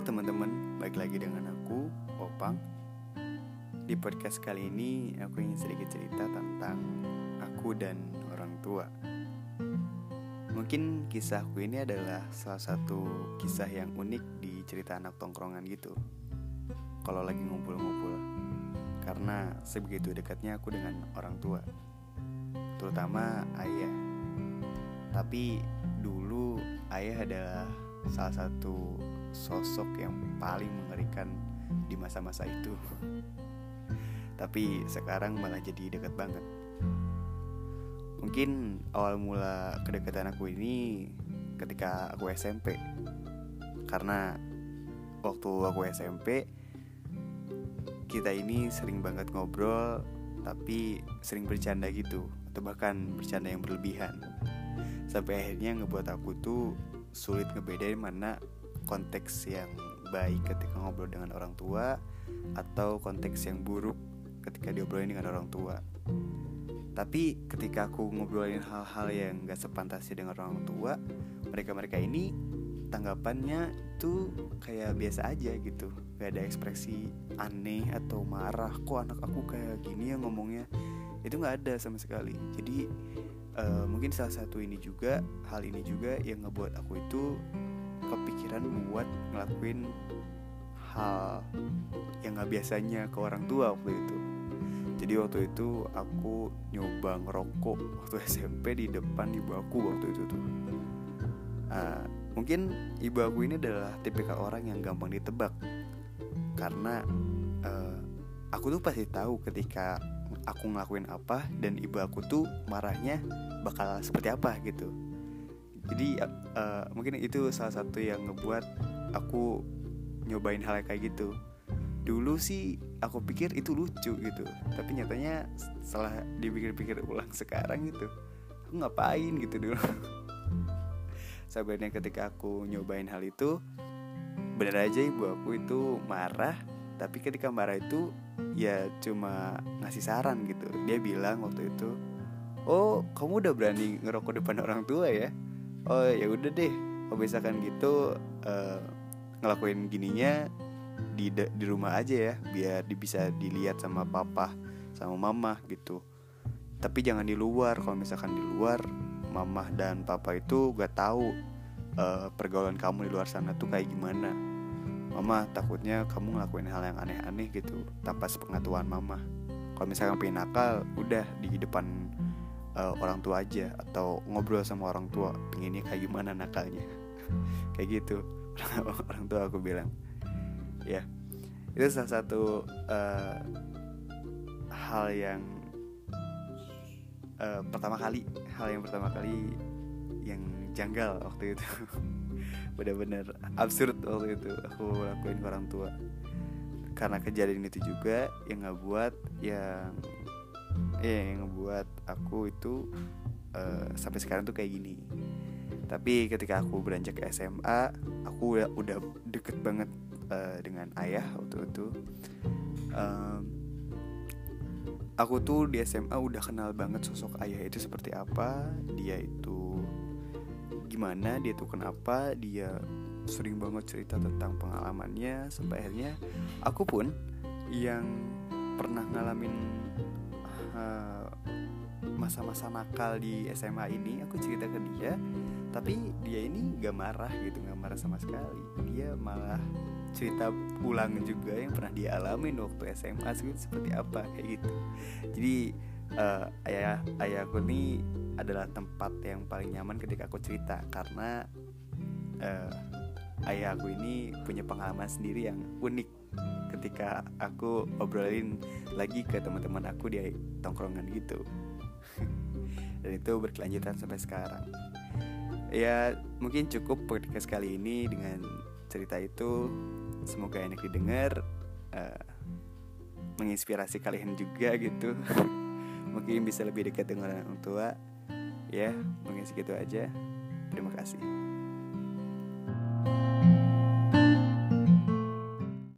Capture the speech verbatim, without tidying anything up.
Halo teman-teman, balik lagi dengan aku, Opang. Di podcast kali ini aku ingin sedikit cerita tentang aku dan orang tua. Mungkin kisahku ini adalah salah satu kisah yang unik di cerita anak tongkrongan gitu, kalau lagi ngumpul-ngumpul. Karena sebegitu dekatnya aku dengan orang tua, terutama ayah. Tapi dulu ayah adalah salah satu sosok yang paling mengerikan di masa-masa itu. Tapi sekarang malah jadi dekat banget. Mungkin awal mula kedekatan aku ini ketika aku S M P. Karena waktu aku S M P, kita ini sering banget ngobrol, tapi sering bercanda gitu, atau bahkan bercanda yang berlebihan. Sampai akhirnya ngebuat aku tuh sulit ngebedain mana konteks yang baik ketika ngobrol dengan orang tua atau konteks yang buruk ketika diobrolin dengan orang tua. Tapi ketika aku ngobrolin hal-hal yang gak sepantasnya dengan orang tua, mereka-mereka ini tanggapannya tuh kayak biasa aja gitu, gak ada ekspresi aneh atau marah. Kok anak aku kayak gini ya ngomongnya? Itu gak ada sama sekali. Jadi uh, mungkin salah satu ini juga, hal ini juga yang ngebuat aku itu kepikiran buat ngelakuin hal yang gak biasanya ke orang tua waktu itu. Jadi waktu itu aku nyoba ngerokok waktu S M P di depan ibu aku waktu itu tuh. uh, Mungkin ibu aku ini adalah tipikal orang yang gampang ditebak. Karena uh, aku tuh pasti tahu ketika aku ngelakuin apa, dan ibu aku tuh marahnya bakal seperti apa gitu. Jadi uh, mungkin itu salah satu yang ngebuat aku nyobain hal kayak gitu. Dulu sih aku pikir itu lucu gitu, tapi nyatanya setelah dipikir-pikir ulang sekarang gitu, aku ngapain gitu dulu. Sebenarnya ketika aku nyobain hal itu, bener aja ibu aku itu marah. Tapi ketika marah itu ya cuma ngasih saran gitu. Dia bilang waktu itu, "Oh, kamu udah berani ngerokok depan orang tua ya? Oh ya udah deh, kalau misalkan gitu uh, ngelakuin gininya di di rumah aja ya, biar bisa dilihat sama papa sama mama gitu. Tapi jangan di luar. Kalau misalkan di luar, mama dan papa itu gak tahu uh, pergaulan kamu di luar sana tuh kayak gimana. Mama takutnya kamu ngelakuin hal yang aneh-aneh gitu tanpa sepengetahuan mama. Kalau misalkan pengen nakal, udah di depan uh, orang tua aja, atau ngobrol sama orang tua pengennya kayak gimana nakalnya." Kayak gitu orang tua aku bilang. Ya, itu salah satu uh, hal yang uh, pertama kali, hal yang pertama kali yang janggal waktu itu. Benar-benar absurd waktu itu aku lakuin ke orang tua. Karena kejadian itu juga yang ngebuat yang ya yang ngebuat aku itu uh, sampai sekarang tuh kayak gini. Tapi ketika aku beranjak ke S M A, aku udah, udah deket banget uh, dengan ayah waktu itu. um, Aku tuh di S M A udah kenal banget sosok ayah itu seperti apa. Dia itu gimana, dia tuh kenapa, dia sering banget cerita tentang pengalamannya. Sampai akhirnya aku pun yang pernah ngalamin uh, masa-masa nakal di S M A ini, aku cerita ke dia. Tapi dia ini gak marah gitu, gak marah sama sekali. Dia malah cerita ulang juga yang pernah dia alamin waktu S M A seperti apa, kayak gitu. Jadi uh, ayah ayahku nih adalah tempat yang paling nyaman ketika aku cerita. Karena uh, ayah aku ini punya pengalaman sendiri yang unik ketika aku obrolin lagi ke teman-teman aku di tongkrongan gitu. Dan itu berkelanjutan sampai sekarang. Ya mungkin cukup podcast kali ini dengan cerita itu. Semoga enak didengar, uh, menginspirasi kalian juga gitu. Mungkin bisa lebih dekat dengan orang tua. Ya mungkin segitu aja. Terima kasih.